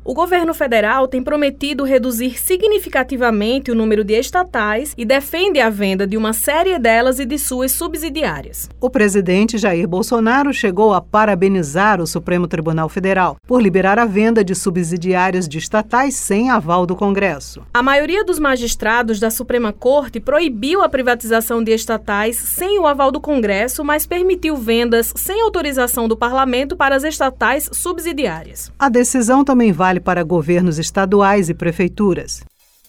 O governo federal tem prometido reduzir significativamente o número de estatais e defende a venda de uma série delas e de suas subsidiárias. O presidente Jair Bolsonaro chegou a parabenizar o Supremo Tribunal Federal por liberar a venda de subsidiárias de estatais sem aval do Congresso. A maioria dos magistrados da Suprema Corte proibiu a privatização de estatais sem o aval do Congresso, mas permitiu vendas sem autorização do Parlamento para as estatais subsidiárias. A decisão também vale para governos estaduais e prefeituras.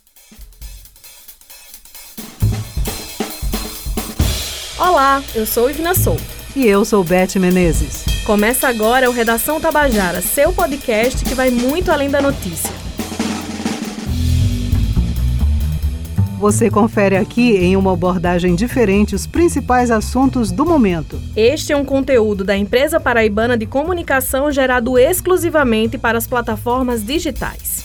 Olá, eu sou Ivna Souto. E eu sou Beth Menezes. Começa agora o Redação Tabajara, seu podcast que vai muito além da notícia. Você confere aqui em uma abordagem diferente os principais assuntos do momento. Este é um conteúdo da Empresa Paraibana de Comunicação gerado exclusivamente para as plataformas digitais.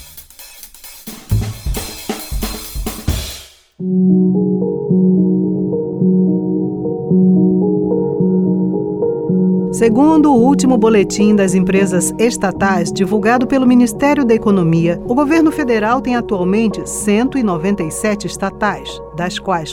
Segundo o último boletim das empresas estatais divulgado pelo Ministério da Economia, o governo federal tem atualmente 197 estatais, das quais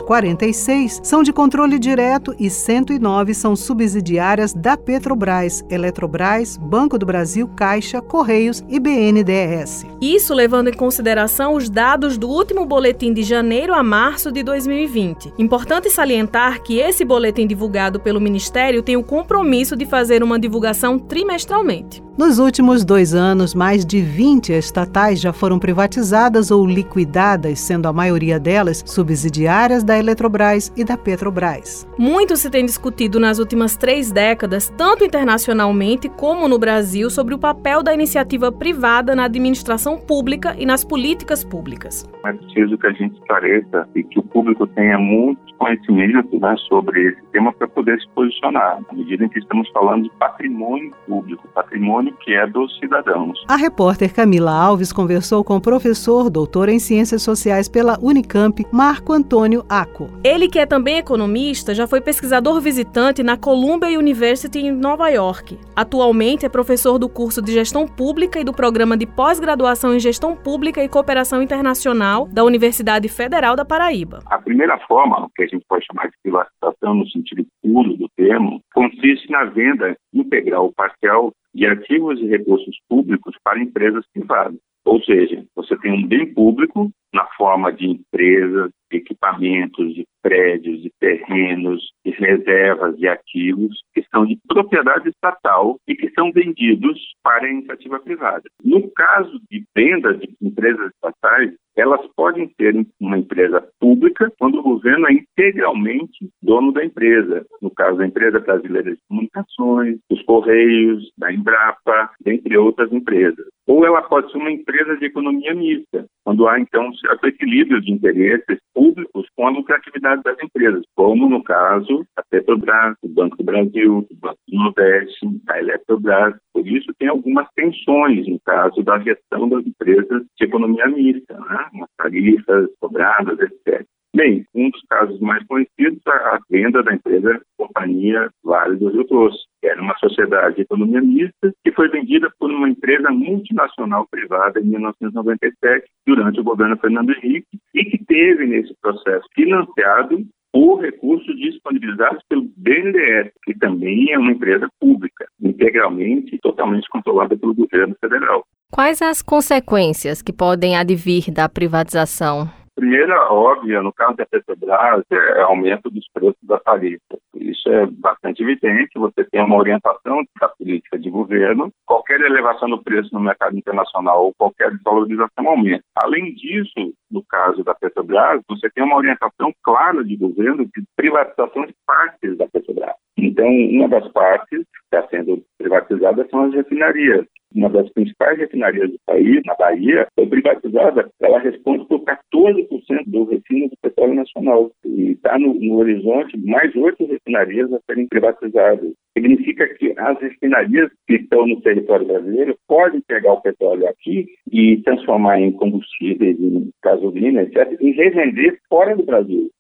46 são de controle direto e 109 são subsidiárias da Petrobras, Eletrobras, Banco do Brasil, Caixa, Correios e BNDES. Isso levando em consideração os dados do último boletim de janeiro a março de 2020. Importante salientar que esse boletim divulgado pelo Ministério tem o compromisso de fazer uma divulgação trimestralmente. Nos últimos 2 anos, mais de 20 estatais já foram privatizadas ou liquidadas, sendo a maioria delas subsidiárias da Eletrobras e da Petrobras. Muito se tem discutido nas últimas 3 décadas, tanto internacionalmente como no Brasil, sobre o papel da iniciativa privada na administração pública e nas políticas públicas. É preciso que a gente esclareça e que o público tenha muito conhecimento, sobre esse tema para poder se posicionar, à medida em que estamos falando de patrimônio público, patrimônio que é dos cidadãos. A repórter Camila Alves conversou com o professor, doutor em Ciências Sociais pela Unicamp, Marco Antônio Acco. Ele, que é também economista, já foi pesquisador visitante na Columbia University em Nova York. Atualmente é professor do curso de Gestão Pública e do Programa de Pós-Graduação em Gestão Pública e Cooperação Internacional da Universidade Federal da Paraíba. A primeira forma, que a gente pode chamar de privatização no sentido puro do termo, consiste na venda integral ou parcial de ativos e recursos públicos para empresas privadas. Ou seja, você tem um bem público na forma de empresas, de equipamentos, de prédios, de terrenos, de reservas e ativos que são de propriedade estatal e que são vendidos para a iniciativa privada. No caso de venda de empresas estatais, elas podem ser uma empresa pública quando o governo é integralmente dono da empresa. No caso da Empresa Brasileira de Comunicações, dos Correios, da Embrapa, dentre outras empresas. Ou ela pode ser uma empresa de economia mista, quando há, então, um certo equilíbrio de interesses públicos com a lucratividade das empresas, como, no caso, a Petrobras, o Banco do Brasil, o Banco do Nordeste, a Eletrobras. Por isso, tem algumas tensões no caso da gestão das empresas de economia mista, umas tarifas cobradas, etc. Bem, um dos casos mais conhecidos é a venda da empresa Companhia Vale do Rio Doce, que era uma sociedade de economia mista que foi vendida por uma empresa multinacional privada em 1997, durante o governo Fernando Henrique, e que teve nesse processo financiado por recursos disponibilizados pelo BNDES, que também é uma empresa pública, integralmente, totalmente controlada pelo governo federal. Quais as consequências que podem advir da privatização? Primeira, óbvia, no caso da Petrobras, é aumento dos preços da tarifa. Isso é bastante evidente, você tem uma orientação da política de governo, qualquer elevação do preço no mercado internacional ou qualquer desvalorização aumenta. Além disso, no caso da Petrobras, você tem uma orientação clara de governo de privatização de partes da Petrobras. Então, uma das partes que está sendo privatizada são as refinarias. Uma das principais refinarias do país, na Bahia, foi privatizada. Ela responde por 14% do refino do petróleo nacional. E está no horizonte mais 8 refinarias a serem privatizadas. Significa que as refinarias que estão no território brasileiro podem pegar o petróleo aqui e transformar em combustíveis, em gasolina, etc., e revender fora do Brasil.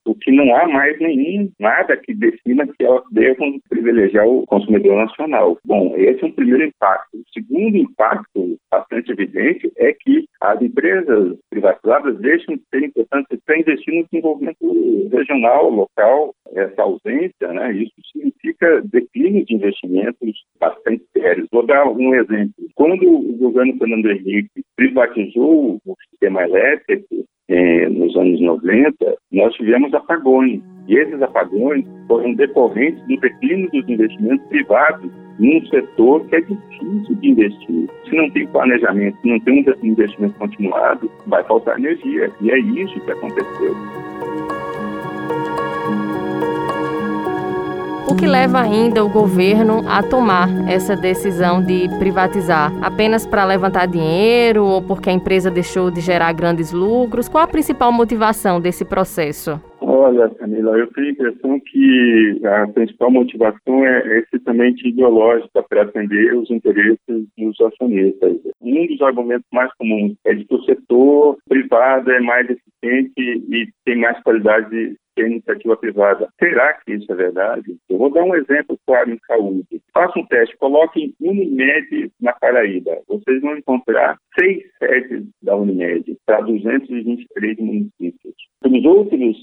porque não há mais nada que defina que elas devam privilegiar o consumidor nacional. Bom, esse é um primeiro impacto. O segundo impacto, bastante evidente, é que as empresas privatizadas deixam de ser importantes para investir no desenvolvimento regional, local. Essa ausência, né, isso significa declínio de investimentos bastante sérios. Vou dar um exemplo. Quando o governo Fernando Henrique privatizou o sistema elétrico, nos anos 90, nós tivemos apagões. E esses apagões foram decorrentes do declínio dos investimentos privados num setor que é difícil de investir. Se não tem planejamento, se não tem um investimento continuado, vai faltar energia. E é isso que aconteceu. O que leva ainda o governo a tomar essa decisão de privatizar? Apenas para levantar dinheiro ou porque a empresa deixou de gerar grandes lucros? Qual a principal motivação desse processo? Olha, Camila, eu tenho a impressão que a principal motivação é estritamente ideológica para atender os interesses dos acionistas. Um dos argumentos mais comuns é de que o setor privado é mais eficiente e tem mais qualidade que a iniciativa privada. Será que isso é verdade? Eu vou dar um exemplo claro em saúde. Faça um teste, coloquem Unimed na Paraíba. Vocês vão encontrar 6 sedes da Unimed para 223 municípios. Nos outros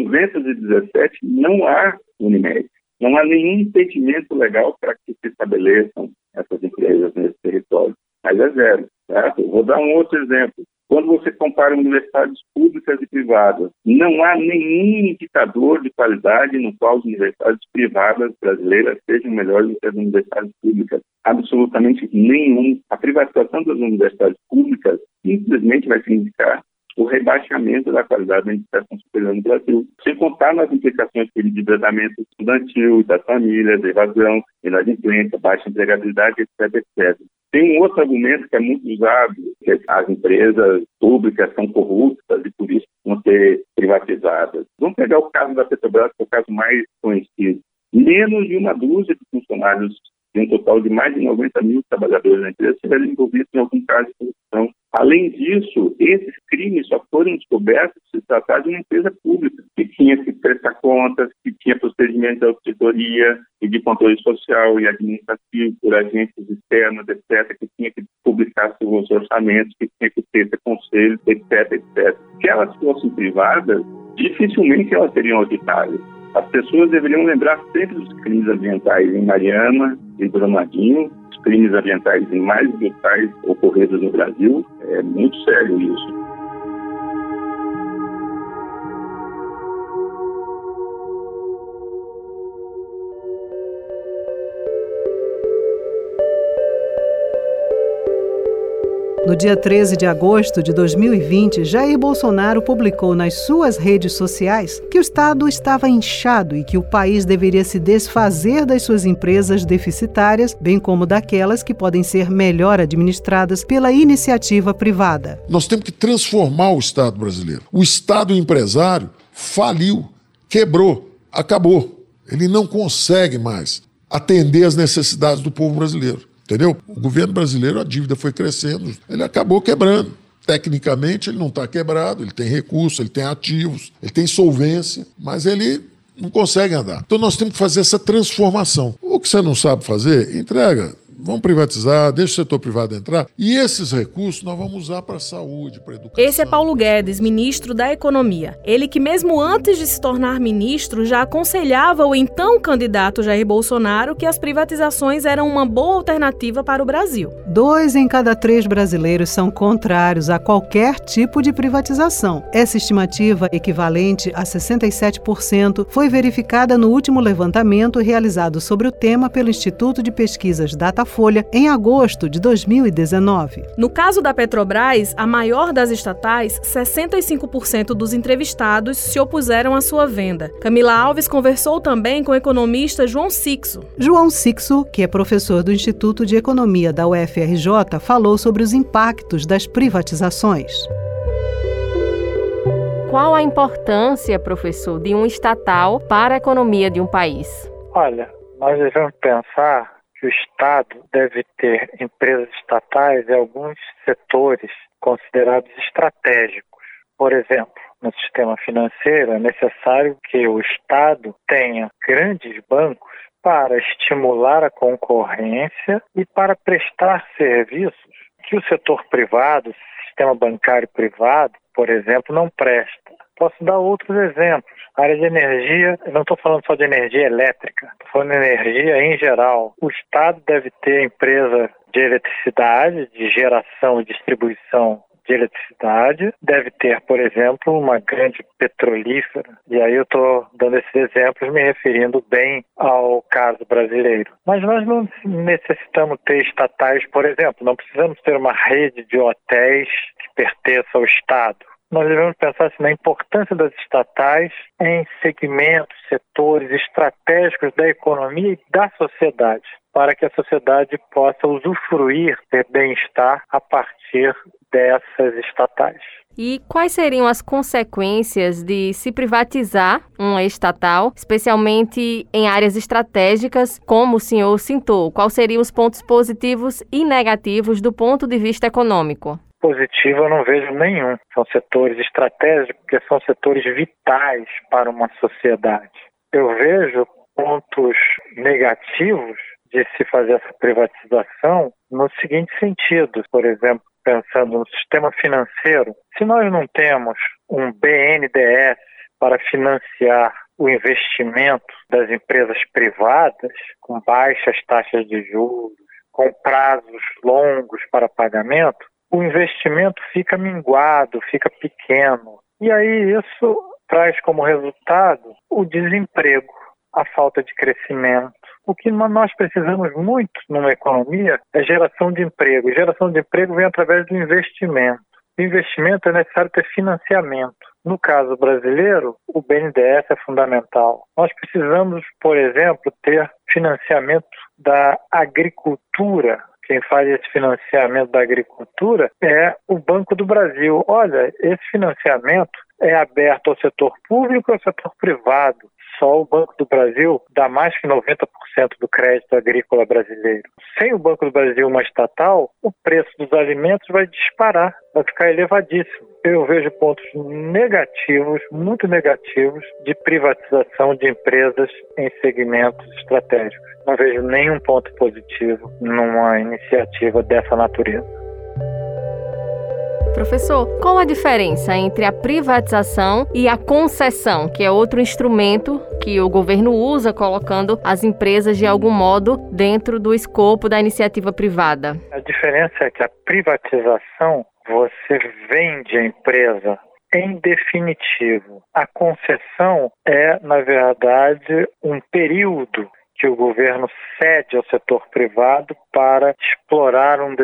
217 não há Unimed. Não há nenhum impedimento legal para que se estabeleçam essas empresas nesse território. Mas é zero. Certo? Eu vou dar um outro exemplo. Quando você compara universidades públicas e privadas, não há nenhum indicador de qualidade no qual as universidades privadas brasileiras sejam melhores do que as universidades públicas. Absolutamente nenhum. A privatização das universidades públicas simplesmente vai significar o rebaixamento da qualidade da educação superior no Brasil. Sem contar nas implicações de endividamento estudantil, das famílias, da evasão, inadimplência, baixa empregabilidade, etc, etc. Tem um outro argumento que é muito usado, que as empresas públicas são corruptas e por isso vão ser privatizadas. Vamos pegar o caso da Petrobras, que é o caso mais conhecido. Menos de uma dúzia de funcionários, de um total de mais de 90 mil trabalhadores da empresa, estiveram envolvidos em algum caso de corrupção. Além disso, esses crimes só foram descobertos se tratar de uma empresa pública, que tinha que prestar contas, que tinha procedimentos de auditoria e de controle social e administrativo por agentes externos, etc., que tinha que publicar seus orçamentos, que tinha que ter conselhos, etc., etc. Se elas fossem privadas, dificilmente elas seriam auditáveis. As pessoas deveriam lembrar sempre dos crimes ambientais em Mariana e Brumadinho, os crimes ambientais mais brutais ocorridos no Brasil. É muito sério isso. No dia 13 de agosto de 2020, Jair Bolsonaro publicou nas suas redes sociais que o Estado estava inchado e que o país deveria se desfazer das suas empresas deficitárias, bem como daquelas que podem ser melhor administradas pela iniciativa privada. Nós temos que transformar o Estado brasileiro. O Estado empresário faliu, quebrou, acabou. Ele não consegue mais atender às necessidades do povo brasileiro. Entendeu? O governo brasileiro, a dívida foi crescendo, ele acabou quebrando. Tecnicamente, ele não está quebrado, ele tem recursos, ele tem ativos, ele tem solvência, mas ele não consegue andar. Então nós temos que fazer essa transformação. O que você não sabe fazer, entrega. Vamos privatizar, deixa o setor privado entrar. E esses recursos nós vamos usar para a saúde, para a educação. Esse é Paulo Guedes, ministro da Economia. Ele que mesmo antes de se tornar ministro já aconselhava o então candidato Jair Bolsonaro que as privatizações eram uma boa alternativa para o Brasil. 2 em cada 3 brasileiros são contrários a qualquer tipo de privatização. Essa estimativa, equivalente a 67%, foi verificada no último levantamento realizado sobre o tema pelo Instituto de Pesquisas Datafolha em agosto de 2019. No caso da Petrobras, a maior das estatais, 65% dos entrevistados se opuseram à sua venda. Camila Alves conversou também com o economista João Sixo. João Sixo, que é professor do Instituto de Economia da UFRJ, falou sobre os impactos das privatizações. Qual a importância, professor, de um estatal para a economia de um país? Olha, nós devemos pensar que o Estado deve ter empresas estatais em alguns setores considerados estratégicos. Por exemplo, no sistema financeiro, é necessário que o Estado tenha grandes bancos para estimular a concorrência e para prestar serviços que o setor privado, o sistema bancário privado, por exemplo, não presta. Posso dar outros exemplos. A área de energia, eu não estou falando só de energia elétrica, estou falando de energia em geral. O Estado deve ter empresa de eletricidade, de geração e distribuição de eletricidade, deve ter, por exemplo, uma grande petrolífera. E aí eu estou dando esses exemplos me referindo bem ao caso brasileiro. Mas nós não necessitamos ter estatais, por exemplo, não precisamos ter uma rede de hotéis que pertença ao Estado. Nós devemos pensar assim, na importância das estatais em segmentos, setores estratégicos da economia e da sociedade, para que a sociedade possa usufruir de bem-estar a partir dessas estatais. E quais seriam as consequências de se privatizar uma estatal, especialmente em áreas estratégicas, como o senhor citou? Quais seriam os pontos positivos e negativos do ponto de vista econômico? Positivo eu não vejo nenhum. São setores estratégicos, porque são setores vitais para uma sociedade. Eu vejo pontos negativos de se fazer essa privatização no seguinte sentido. Por exemplo, pensando no sistema financeiro, se nós não temos um BNDES para financiar o investimento das empresas privadas, com baixas taxas de juros, com prazos longos para pagamento, o investimento fica minguado, fica pequeno. E aí isso traz como resultado o desemprego, a falta de crescimento. O que nós precisamos muito numa economia é geração de emprego. E geração de emprego vem através do investimento. O investimento é necessário ter financiamento. No caso brasileiro, o BNDES é fundamental. Nós precisamos, por exemplo, ter financiamento da agricultura. Quem faz esse financiamento da agricultura é o Banco do Brasil. Olha, esse financiamento é aberto ao setor público e ao setor privado. Só o Banco do Brasil dá mais que 90% do crédito agrícola brasileiro. Sem o Banco do Brasil, uma estatal, o preço dos alimentos vai disparar, vai ficar elevadíssimo. Eu vejo pontos negativos, muito negativos, de privatização de empresas em segmentos estratégicos. Não vejo nenhum ponto positivo numa iniciativa dessa natureza. Professor, qual a diferença entre a privatização e a concessão, que é outro instrumento que o governo usa colocando as empresas de algum modo dentro do escopo da iniciativa privada? A diferença é que a privatização, você vende a empresa em definitivo. A concessão é, na verdade, um período que o governo cede ao setor privado para explorar uma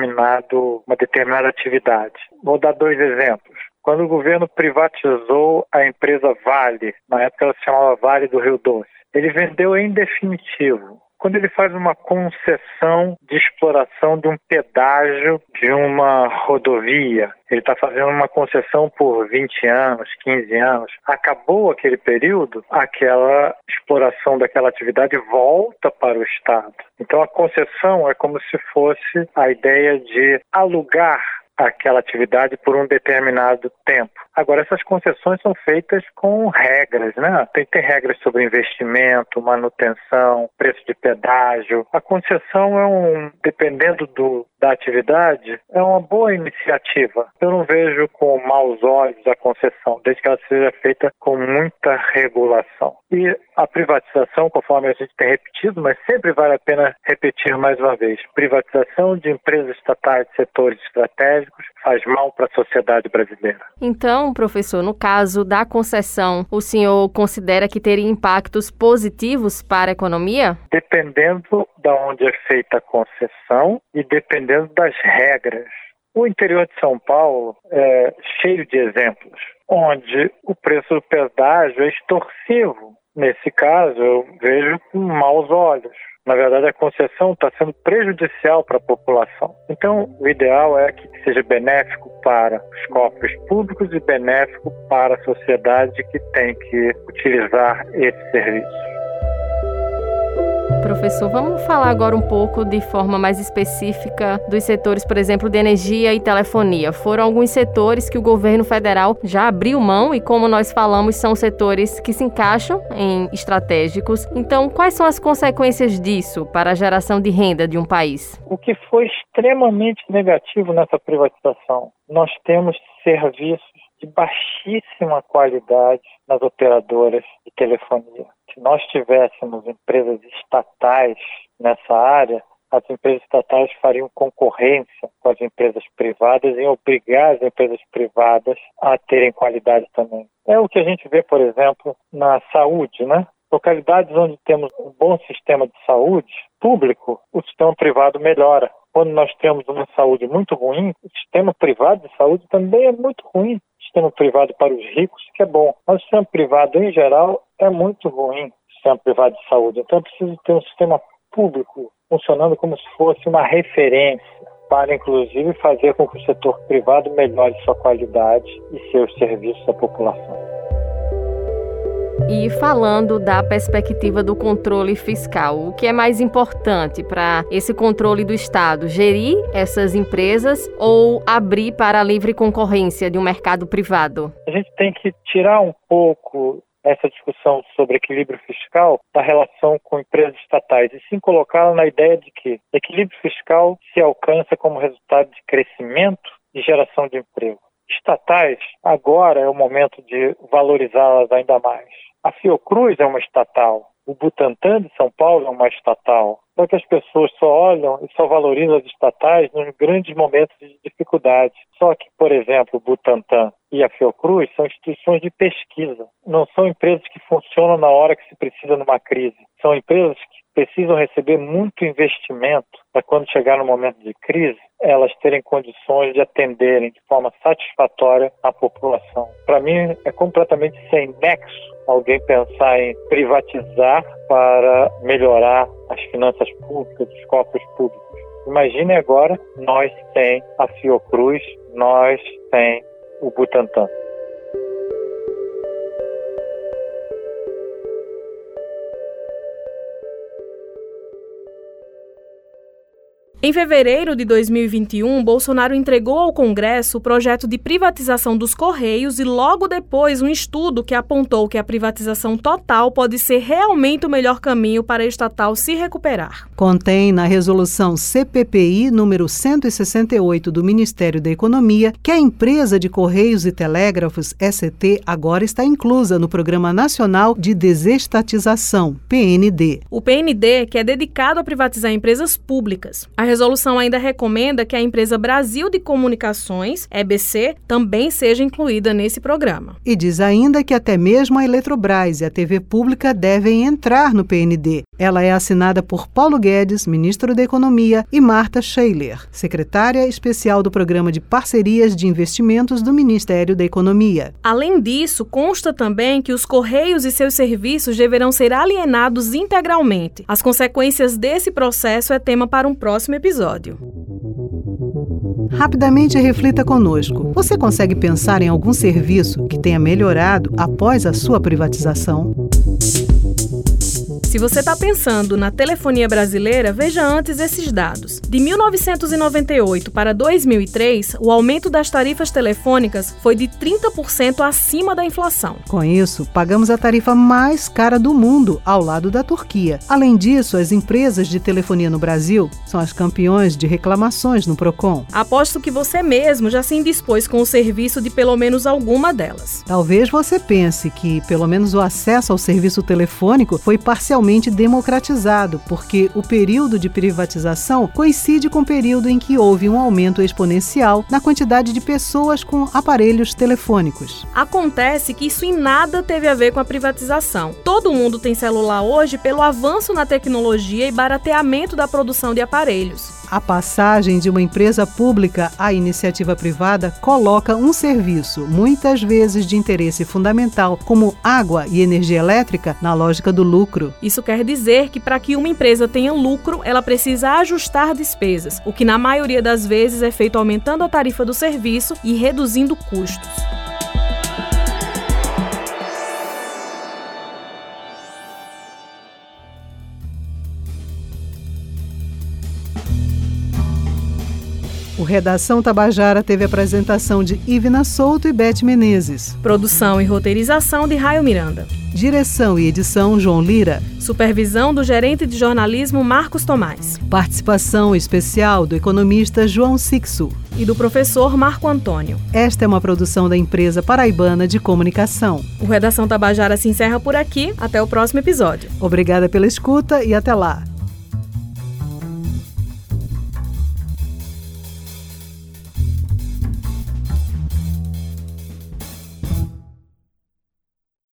determinada atividade. Vou dar 2 exemplos. Quando o governo privatizou a empresa Vale, na época ela se chamava Vale do Rio Doce, ele vendeu em definitivo. Quando ele faz uma concessão de exploração de um pedágio de uma rodovia, ele está fazendo uma concessão por 20 anos, 15 anos. Acabou aquele período, aquela exploração daquela atividade volta para o Estado. Então a concessão é como se fosse a ideia de alugar aquela atividade por um determinado tempo. Agora, essas concessões são feitas com regras, né? Tem regras sobre investimento, manutenção, preço de pedágio. A concessão dependendo da atividade, é uma boa iniciativa. Eu não vejo com maus olhos a concessão, desde que ela seja feita com muita regulação. E a privatização, conforme a gente tem repetido, mas sempre vale a pena repetir mais uma vez, privatização de empresas estatais de setores estratégicos faz mal para a sociedade brasileira. Então, professor, no caso da concessão, o senhor considera que teria impactos positivos para a economia? Dependendo de onde é feita a concessão e dependendo das regras. O interior de São Paulo é cheio de exemplos, onde o preço do pedágio é extorsivo. Nesse caso, eu vejo com maus olhos. Na verdade, a concessão está sendo prejudicial para a população. Então, o ideal é que seja benéfico para os cofres públicos e benéfico para a sociedade que tem que utilizar esse serviço. Professor, vamos falar agora um pouco de forma mais específica dos setores, por exemplo, de energia e telefonia. Foram alguns setores que o governo federal já abriu mão e, como nós falamos, são setores que se encaixam em estratégicos. Então, quais são as consequências disso para a geração de renda de um país? O que foi extremamente negativo nessa privatização, nós temos serviços de baixíssima qualidade nas operadoras de telefonia. Se nós tivéssemos empresas estatais nessa área, as empresas estatais fariam concorrência com as empresas privadas e obrigar as empresas privadas a terem qualidade também. É o que a gente vê, por exemplo, na saúde, né? Localidades onde temos um bom sistema de saúde público, o sistema privado melhora. Quando nós temos uma saúde muito ruim, o sistema privado de saúde também é muito ruim. O sistema privado para os ricos, que é bom. Mas o sistema privado, em geral, é muito ruim, o sistema privado de saúde. Então, é preciso ter um sistema público funcionando como se fosse uma referência para, inclusive, fazer com que o setor privado melhore sua qualidade e seus serviços à população. E falando da perspectiva do controle fiscal, o que é mais importante para esse controle do Estado? Gerir essas empresas ou abrir para a livre concorrência de um mercado privado? A gente tem que tirar um pouco essa discussão sobre equilíbrio fiscal da relação com empresas estatais e sim colocá-la na ideia de que equilíbrio fiscal se alcança como resultado de crescimento e geração de emprego. Estatais, agora é o momento de valorizá-las ainda mais. A Fiocruz é uma estatal, o Butantan de São Paulo é uma estatal. Só que as pessoas só olham e só valorizam as estatais nos grandes momentos de dificuldade. Só que, por exemplo, o Butantan e a Fiocruz são instituições de pesquisa. Não são empresas que funcionam na hora que se precisa numa crise. São empresas que precisam receber muito investimento para quando chegar no momento de crise, elas terem condições de atenderem de forma satisfatória a população. Para mim, é completamente sem nexo alguém pensar em privatizar para melhorar as finanças públicas, os cofres públicos. Imagine agora, nós sem a Fiocruz, nós sem o Butantan. Em fevereiro de 2021, Bolsonaro entregou ao Congresso o projeto de privatização dos Correios e logo depois um estudo que apontou que a privatização total pode ser realmente o melhor caminho para a estatal se recuperar. Contém na resolução CPPI número 168 do Ministério da Economia que a empresa de Correios e Telégrafos, ST, agora está inclusa no Programa Nacional de Desestatização, PND. O PND, que é dedicado a privatizar empresas públicas. A resolução ainda recomenda que a empresa Brasil de Comunicações, EBC, também seja incluída nesse programa. E diz ainda que até mesmo a Eletrobras e a TV Pública devem entrar no PND. Ela é assinada por Paulo Guedes, ministro da Economia, e Marta Scheiler, secretária especial do Programa de Parcerias de Investimentos do Ministério da Economia. Além disso, consta também que os Correios e seus serviços deverão ser alienados integralmente. As consequências desse processo é tema para um próximo episódio. Rapidamente reflita conosco. Você consegue pensar em algum serviço que tenha melhorado após a sua privatização? Se você está pensando na telefonia brasileira, veja antes esses dados. De 1998 para 2003, o aumento das tarifas telefônicas foi de 30% acima da inflação. Com isso, pagamos a tarifa mais cara do mundo, ao lado da Turquia. Além disso, as empresas de telefonia no Brasil são as campeões de reclamações no Procon. Aposto que você mesmo já se indispôs com o serviço de pelo menos alguma delas. Talvez você pense que pelo menos o acesso ao serviço telefônico foi parcialmente democratizado, porque o período de privatização coincide com o período em que houve um aumento exponencial na quantidade de pessoas com aparelhos telefônicos. Acontece que isso em nada teve a ver com a privatização. Todo mundo tem celular hoje pelo avanço na tecnologia e barateamento da produção de aparelhos. A passagem de uma empresa pública à iniciativa privada coloca um serviço, muitas vezes de interesse fundamental, como água e energia elétrica, na lógica do lucro. Isso quer dizer que para que uma empresa tenha lucro, ela precisa ajustar despesas, o que na maioria das vezes é feito aumentando a tarifa do serviço e reduzindo custos. O Redação Tabajara teve apresentação de Ivna Souto e Beth Menezes. Produção e roteirização de Raio Miranda. Direção e edição João Lira. Supervisão do gerente de jornalismo Marcos Tomás. Participação especial do economista João Sixu. E do professor Marco Antônio. Esta é uma produção da Empresa Paraibana de Comunicação. O Redação Tabajara se encerra por aqui. Até o próximo episódio. Obrigada pela escuta e até lá.